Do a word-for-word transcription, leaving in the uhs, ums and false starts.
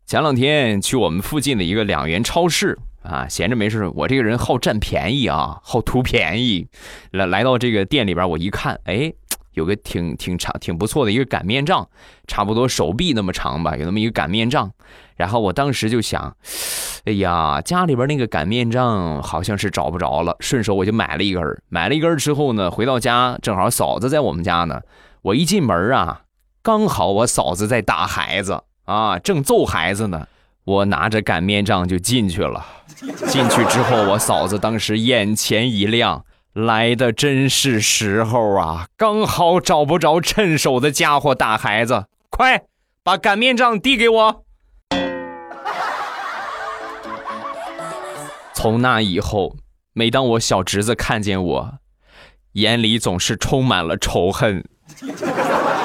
前两天去我们附近的一个两元超市啊，闲着没事，我这个人好占便宜啊，好图便宜。来来到这个店里边，我一看，哎，有个挺挺长、挺不错的一个擀面杖，差不多手臂那么长吧，有那么一个擀面杖。然后我当时就想，哎呀，家里边那个擀面杖好像是找不着了，顺手我就买了一根。买了一根之后呢，回到家正好嫂子在我们家呢，我一进门啊，刚好我嫂子在打孩子。啊，正揍孩子呢，我拿着擀面杖就进去了。进去之后，我嫂子当时眼前一亮，来的真是时候啊，刚好找不着趁手的家伙打孩子，快把擀面杖递给我。从那以后，每当我小侄子看见我，眼里总是充满了仇恨。